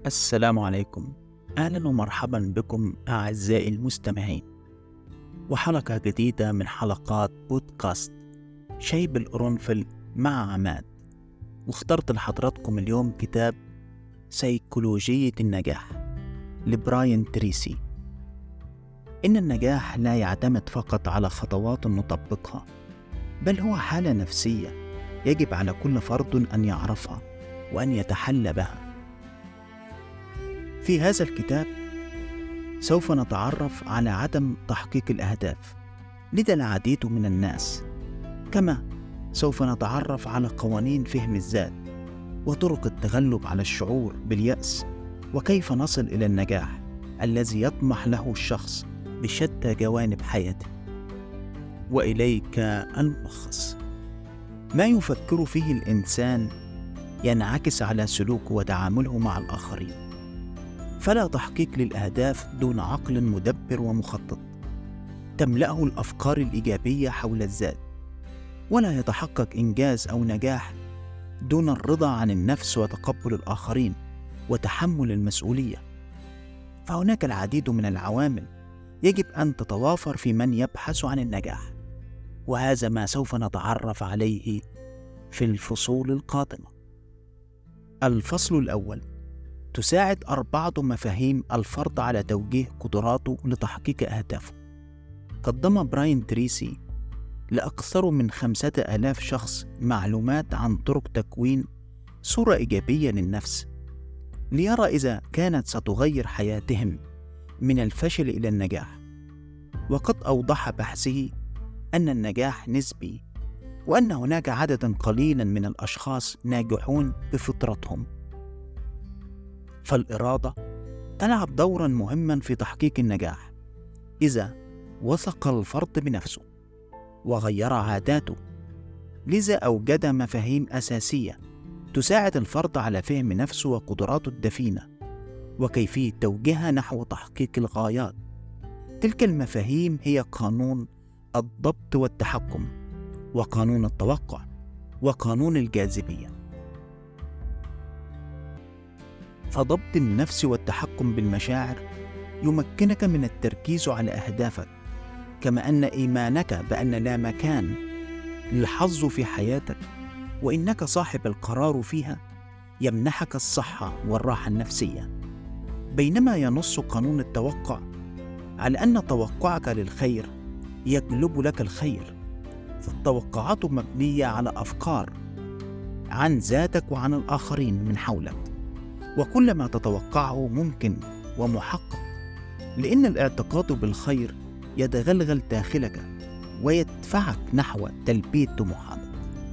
السلام عليكم. أهلا ومرحبا بكم أعزائي المستمعين، وحلقة جديدة من حلقات بودكاست شاي بالقرنفل مع عماد. واخترت لحضراتكم اليوم كتاب سيكولوجية النجاح لبراين تريسي. إن النجاح لا يعتمد فقط على خطوات نطبقها، بل هو حالة نفسية يجب على كل فرد أن يعرفها وأن يتحلى بها. في هذا الكتاب سوف نتعرف على عدم تحقيق الأهداف لدى العديد من الناس، كما سوف نتعرف على قوانين فهم الذات وطرق التغلب على الشعور باليأس، وكيف نصل إلى النجاح الذي يطمح له الشخص بشتى جوانب حياته. وإليك الملخص: ما يفكر فيه الإنسان ينعكس على سلوكه وتعامله مع الآخرين. فلا تحقيق للأهداف دون عقل مدبر ومخطط تملأه الأفكار الإيجابية حول الذات، ولا يتحقق إنجاز أو نجاح دون الرضا عن النفس وتقبل الآخرين وتحمل المسؤولية. فهناك العديد من العوامل يجب أن تتوافر في من يبحث عن النجاح، وهذا ما سوف نتعرف عليه في الفصول القادمة. الفصل الأول: تساعد 4 مفاهيم الفرد على توجيه قدراته لتحقيق أهدافه. قدم براين تريسي لأكثر من 5000 شخص معلومات عن طرق تكوين صورة إيجابية للنفس، ليرى إذا كانت ستغير حياتهم من الفشل إلى النجاح. وقد أوضح بحثه أن النجاح نسبي، وأن هناك عددا قليلا من الأشخاص ناجحون بفطرتهم. فالإرادة تلعب دورا مهما في تحقيق النجاح إذا وثق الفرد بنفسه وغير عاداته. لذا أوجد مفاهيم أساسية تساعد الفرد على فهم نفسه وقدراته الدفينة وكيفية توجيهها نحو تحقيق الغايات. تلك المفاهيم هي قانون الضبط والتحكم، وقانون التوقع، وقانون الجاذبية. فضبط النفس والتحكم بالمشاعر يمكنك من التركيز على أهدافك، كما أن إيمانك بأن لا مكان للحظ في حياتك وإنك صاحب القرار فيها يمنحك الصحة والراحة النفسية. بينما ينص قانون التوقع على أن توقعك للخير يجلب لك الخير، فالتوقعات مبنية على أفكار عن ذاتك وعن الآخرين من حولك، وكل ما تتوقعه ممكن ومحقق، لأن الاعتقاد بالخير يتغلغل داخلك ويدفعك نحو تلبية طموحاتك.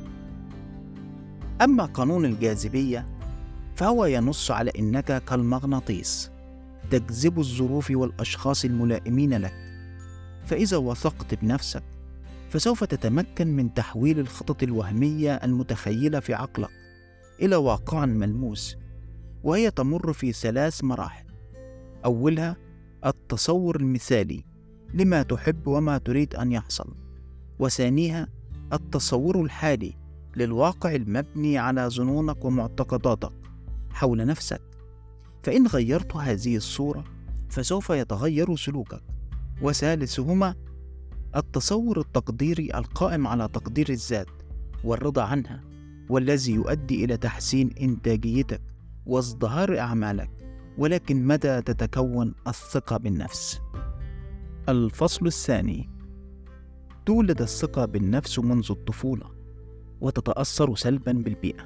أما قانون الجاذبية فهو ينص على أنك كالمغناطيس تجذب الظروف والأشخاص الملائمين لك. فإذا وثقت بنفسك فسوف تتمكن من تحويل الخطط الوهمية المتخيلة في عقلك إلى واقع ملموس، وهي تمر في 3 مراحل. أولها التصور المثالي لما تحب وما تريد أن يحصل، وثانيها التصور الحالي للواقع المبني على ظنونك ومعتقداتك حول نفسك. فإن غيرت هذه الصورة فسوف يتغير سلوكك. وثالثهما التصور التقديري القائم على تقدير الذات والرضا عنها، والذي يؤدي إلى تحسين إنتاجيتك وازدهار أعمالك. ولكن متى تتكون الثقة بالنفس؟ الفصل الثاني: تولد الثقة بالنفس منذ الطفولة وتتأثر سلبا بالبيئة.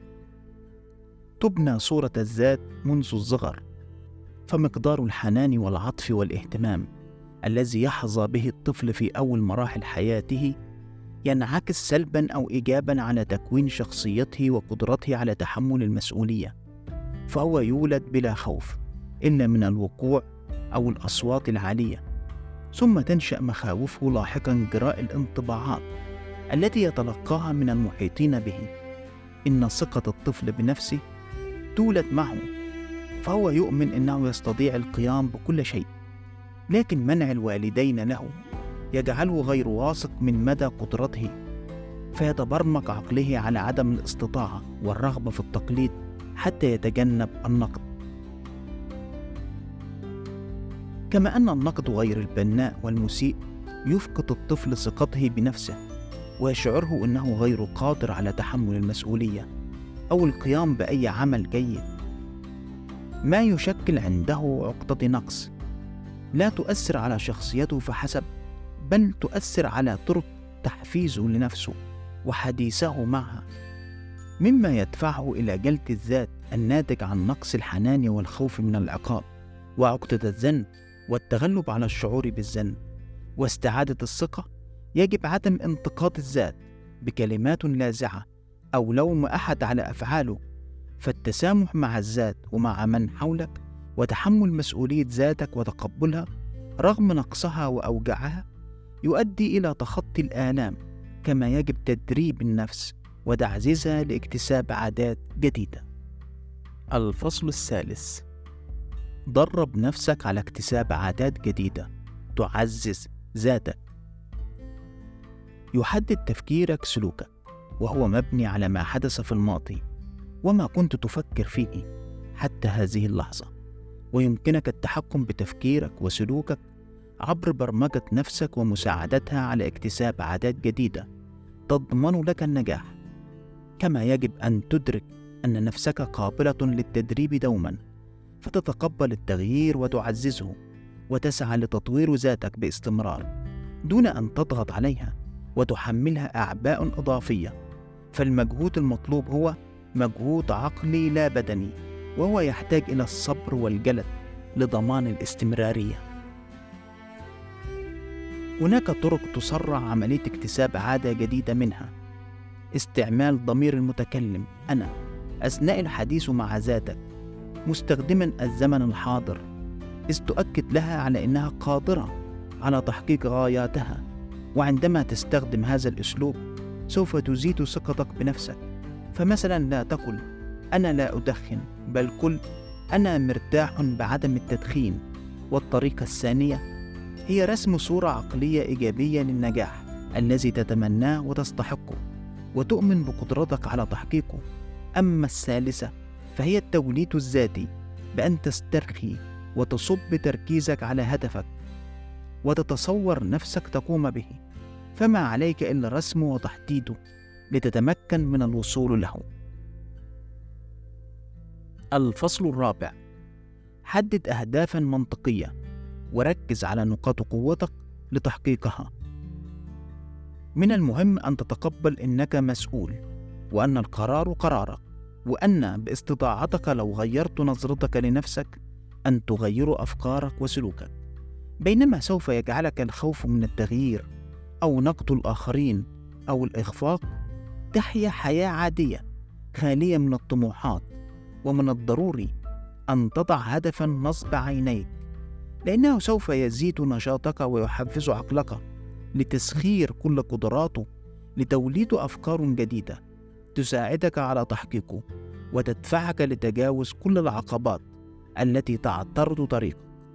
تبنى صورة الذات منذ الصغر، فمقدار الحنان والعطف والاهتمام الذي يحظى به الطفل في أول مراحل حياته ينعكس سلبا أو إيجابا على تكوين شخصيته وقدرته على تحمل المسؤولية. فهو يولد بلا خوف إلا من الوقوع أو الأصوات العالية، ثم تنشأ مخاوفه لاحقا جراء الانطباعات التي يتلقاها من المحيطين به. إن ثقة الطفل بنفسه تولد معه، فهو يؤمن أنه يستطيع القيام بكل شيء، لكن منع الوالدين له يجعله غير واثق من مدى قدرته، فيتبرمج عقله على عدم الاستطاعة والرغبة في التقليد حتى يتجنب النقد. كما أن النقد غير البناء والمسيء يفقد الطفل ثقته بنفسه ويشعره أنه غير قادر على تحمل المسؤولية أو القيام بأي عمل جيد، ما يشكل عنده عقدة نقص لا تؤثر على شخصيته فحسب، بل تؤثر على طرق تحفيزه لنفسه وحديثه معها، مما يدفعه إلى جلد الذات الناتج عن نقص الحنان والخوف من العقاب وعقدة الذنب والتغلب على الشعور بالذنب. واستعادة الثقة يجب عدم انتقاد الذات بكلمات لاذعة أو لوم أحد على أفعاله، فالتسامح مع الذات ومع من حولك وتحمل مسؤولية ذاتك وتقبلها رغم نقصها وأوجاعها يؤدي إلى تخطي الآلام، كما يجب تدريب النفس وتعزيزها لاكتساب عادات جديدة. الفصل الثالث: درب نفسك على اكتساب عادات جديدة تعزز ذاتك. يحدد تفكيرك سلوكك، وهو مبني على ما حدث في الماضي وما كنت تفكر فيه حتى هذه اللحظة، ويمكنك التحكم بتفكيرك وسلوكك عبر برمجة نفسك ومساعدتها على اكتساب عادات جديدة تضمن لك النجاح. كما يجب أن تدرك أن نفسك قابلة للتدريب دوما، فتتقبل التغيير وتعززه وتسعى لتطوير ذاتك باستمرار دون أن تضغط عليها وتحملها أعباء إضافية. فالمجهود المطلوب هو مجهود عقلي لا بدني، وهو يحتاج إلى الصبر والجلد لضمان الاستمرارية. هناك طرق تسرع عملية اكتساب عادة جديدة، منها استعمال ضمير المتكلم أنا أثناء الحديث مع ذاتك مستخدما الزمن الحاضر، إذ تؤكد لها على أنها قادرة على تحقيق غاياتها. وعندما تستخدم هذا الأسلوب سوف تزيد ثقتك بنفسك، فمثلا لا تقل أنا لا أدخن، بل قل أنا مرتاح بعدم التدخين. والطريقة الثانية هي رسم صورة عقلية إيجابية للنجاح الذي تتمناه وتستحقه وتؤمن بقدرتك على تحقيقه. أما الثالثة فهي التوليد الذاتي، بأن تسترخي وتصب تركيزك على هدفك وتتصور نفسك تقوم به، فما عليك إلا رسمه وتحديده لتتمكن من الوصول له. الفصل الرابع: حدد أهدافا منطقية وركز على نقاط قوتك لتحقيقها. من المهم أن تتقبل أنك مسؤول، وأن القرار قرارك، وأن باستطاعتك لو غيرت نظرتك لنفسك أن تغير أفكارك وسلوكك، بينما سوف يجعلك الخوف من التغيير أو نقد الآخرين أو الإخفاق تحيا حياة عادية خالية من الطموحات. ومن الضروري أن تضع هدفا نصب عينيك، لأنه سوف يزيد نشاطك ويحفز عقلك لتسخير كل قدراته لتوليد أفكار جديدة تساعدك على تحقيقه وتدفعك لتجاوز كل العقبات التي تعترض طريقك.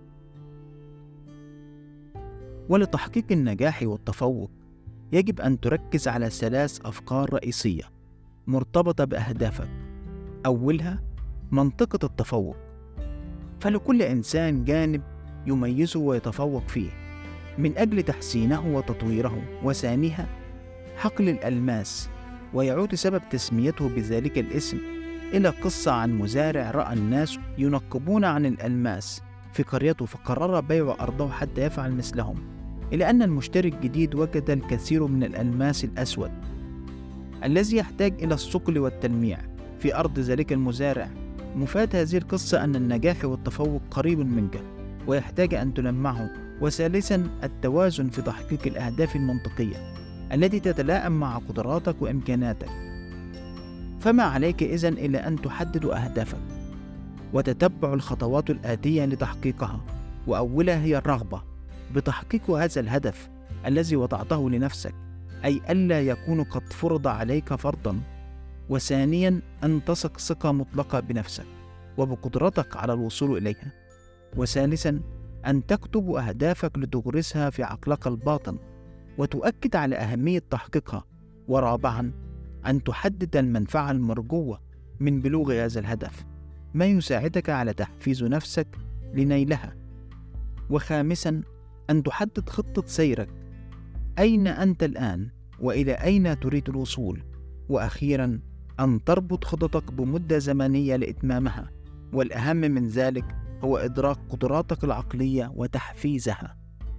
ولتحقيق النجاح والتفوق يجب أن تركز على 3 أفكار رئيسية مرتبطة بأهدافك. أولها منطقة التفوق، فلكل إنسان جانب يميزه ويتفوق فيه من أجل تحسينه وتطويره. وثانيها حقل الألماس، ويعود سبب تسميته بذلك الاسم إلى قصة عن مزارع رأى الناس ينقبون عن الألماس في قريته، فقرر بيع أرضه حتى يفعل مثلهم، إلى أن المشتري الجديد وجد الكثير من الألماس الأسود الذي يحتاج إلى الصقل والتلميع في أرض ذلك المزارع. مفاد هذه القصة أن النجاح والتفوق قريب منك ويحتاج أن تلمعه. وثالثا التوازن في تحقيق الأهداف المنطقية التي تتلائم مع قدراتك وإمكاناتك. فما عليك إذن إلا أن تحدد أهدافك وتتبع الخطوات الآتية لتحقيقها. وأولها هي الرغبة بتحقيق هذا الهدف الذي وضعته لنفسك، أي ألا يكون قد فرض عليك فرضا. وثانيا أن تثق ثقة مطلقة بنفسك وبقدرتك على الوصول إليها. وثالثا أن تكتب أهدافك لتغرسها في عقلك الباطن وتؤكد على أهمية تحقيقها. ورابعا أن تحدد المنفعة المرجوة من بلوغ هذا الهدف، ما يساعدك على تحفيز نفسك لنيلها. وخامساً أن تحدد خطة سيرك، أين أنت الآن وإلى أين تريد الوصول. وأخيراً أن تربط خططك بمدة زمنية لإتمامها، والأهم من ذلك هو إدراك قدراتك العقلية وتحفيزها.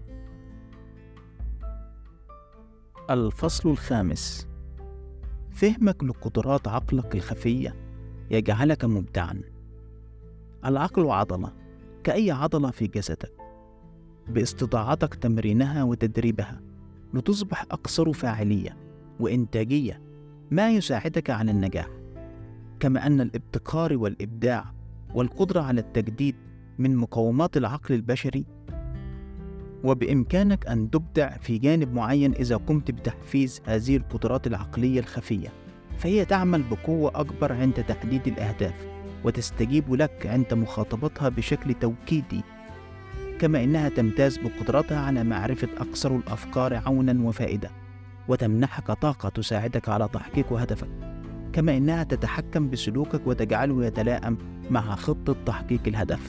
الفصل الخامس: فهمك لقدرات عقلك الخفية يجعلك مبدعاً. العقل عضلة كأي عضلة في جسدك، باستطاعتك تمرينها وتدريبها لتصبح أكثر فاعلية وإنتاجية، ما يساعدك على النجاح. كما أن الابتكار والإبداع والقدرة على التجديد من مقومات العقل البشري، وبإمكانك أن تبدع في جانب معين إذا قمت بتحفيز هذه القدرات العقلية الخفية، فهي تعمل بقوة أكبر عند تحديد الأهداف وتستجيب لك عند مخاطبتها بشكل توكيدي. كما إنها تمتاز بقدرتها على معرفة أكثر الأفكار عوناً وفائدة، وتمنحك طاقة تساعدك على تحقيق هدفك. كما إنها تتحكم بسلوكك وتجعله يتلائم مع خطة تحقيق الهدف.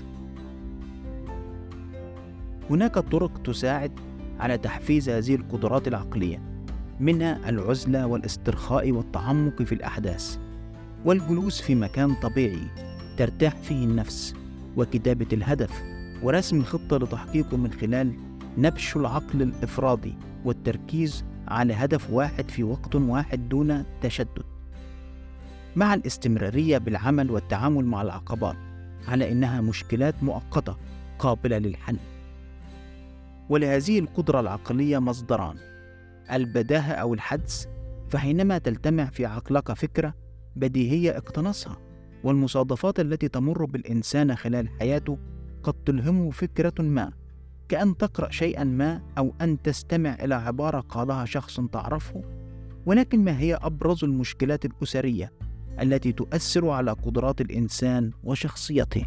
هناك طرق تساعد على تحفيز هذه القدرات العقلية، منها العزلة والاسترخاء والتعمق في الأحداث، والجلوس في مكان طبيعي ترتاح فيه النفس، وكتابة الهدف ورسم خطة لتحقيقه من خلال نبش العقل الإفرادي والتركيز على هدف واحد في وقت واحد دون تشتت، مع الاستمرارية بالعمل والتعامل مع العقبات على إنها مشكلات مؤقتة قابلة للحل. ولهذه القدرة العقلية مصدران: البداهة أو الحدس، فحينما تلتمع في عقلك فكرة بديهية اقتنصها، والمصادفات التي تمر بالإنسان خلال حياته قد تلهمه فكرة ما، كأن تقرأ شيئا ما أو أن تستمع إلى عبارة قالها شخص تعرفه. ولكن ما هي أبرز المشكلات الأسرية التي تؤثر على قدرات الإنسان وشخصيته؟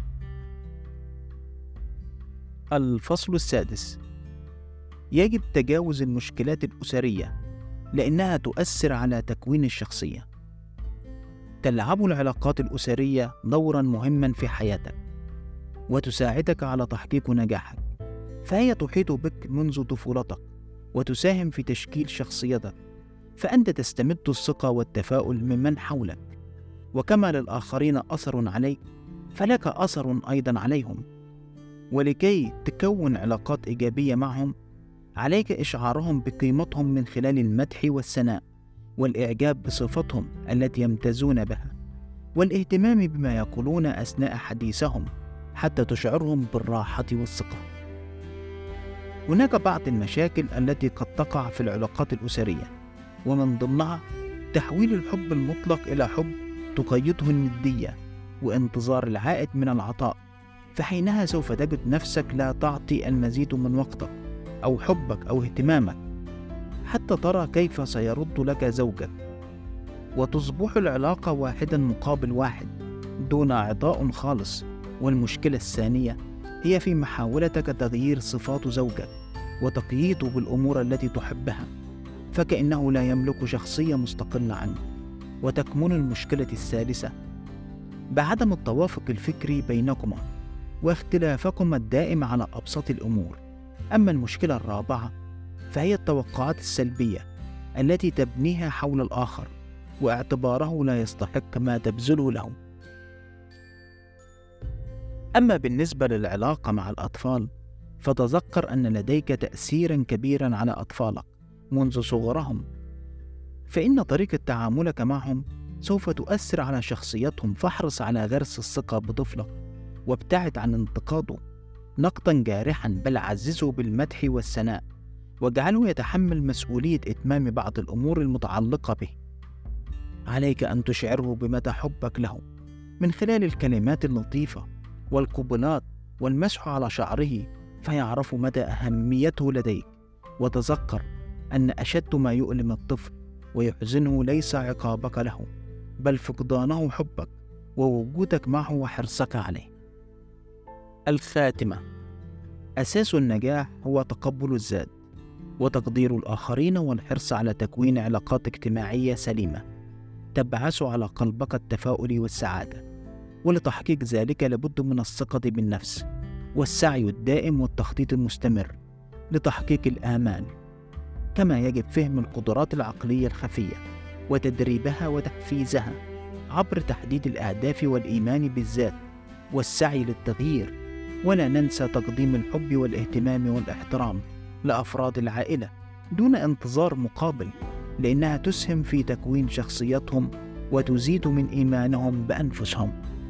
الفصل السادس: يجب تجاوز المشكلات الأسرية لأنها تؤثر على تكوين الشخصية. تلعب العلاقات الأسرية دورا مهما في حياتك، وتساعدك على تحقيق نجاحك، فهي تحيط بك منذ طفولتك وتساهم في تشكيل شخصيتك، فأنت تستمد الثقة والتفاؤل ممن حولك. وكما للآخرين أثر عليك، فلك أثر أيضا عليهم. ولكي تكون علاقات إيجابية معهم، عليك إشعارهم بقيمتهم من خلال المدح والثناء والإعجاب بصفتهم التي يمتازون بها، والاهتمام بما يقولون أثناء حديثهم حتى تشعرهم بالراحة والثقة. هناك بعض المشاكل التي قد تقع في العلاقات الأسرية، ومن ضمنها تحويل الحب المطلق إلى حب تقيده الندية وانتظار العائد من العطاء، فحينها سوف تجد نفسك لا تعطي المزيد من وقتك أو حبك أو اهتمامك حتى ترى كيف سيرد لك زوجك، وتصبح العلاقة واحدا مقابل واحد دون عطاء خالص. والمشكلة الثانية هي في محاولتك تغيير صفات زوجك وتقييده بالأمور التي تحبها، فكأنه لا يملك شخصية مستقلة عنه. وتكمن المشكلة الثالثة بعدم التوافق الفكري بينكما واختلافكما الدائم على أبسط الأمور. أما المشكلة الرابعة فهي التوقعات السلبية التي تبنيها حول الآخر واعتباره لا يستحق ما تبذله له. أما بالنسبة للعلاقة مع الأطفال، فتذكر أن لديك تأثيرا كبيرا على أطفالك منذ صغرهم، فإن طريقة تعاملك معهم سوف تؤثر على شخصيتهم. فاحرص على غرس الثقة بطفلك وابتعد عن انتقاده نقدا جارحا، بل عززه بالمدح والثناء، واجعله يتحمل مسؤولية إتمام بعض الأمور المتعلقة به. عليك أن تشعره بمدى حبك له من خلال الكلمات اللطيفة والقبلات والمسح على شعره، فيعرف مدى أهميته لديك. وتذكر أن أشد ما يؤلم الطفل ويحزنه ليس عقابك له، بل فقدانه حبك ووجودك معه وحرصك عليه. الخاتمة: أساس النجاح هو تقبل الذات وتقدير الآخرين والحرص على تكوين علاقات اجتماعية سليمة تبعث على قلبك التفاؤل والسعادة. ولتحقيق ذلك لابد من الثقة بالنفس والسعي الدائم والتخطيط المستمر لتحقيق الآمال. كما يجب فهم القدرات العقلية الخفية وتدريبها وتحفيزها عبر تحديد الأهداف والإيمان بالذات والسعي للتغيير. ولا ننسى تقديم الحب والاهتمام والاحترام لأفراد العائلة دون انتظار مقابل، لأنها تسهم في تكوين شخصيتهم وتزيد من إيمانهم بأنفسهم.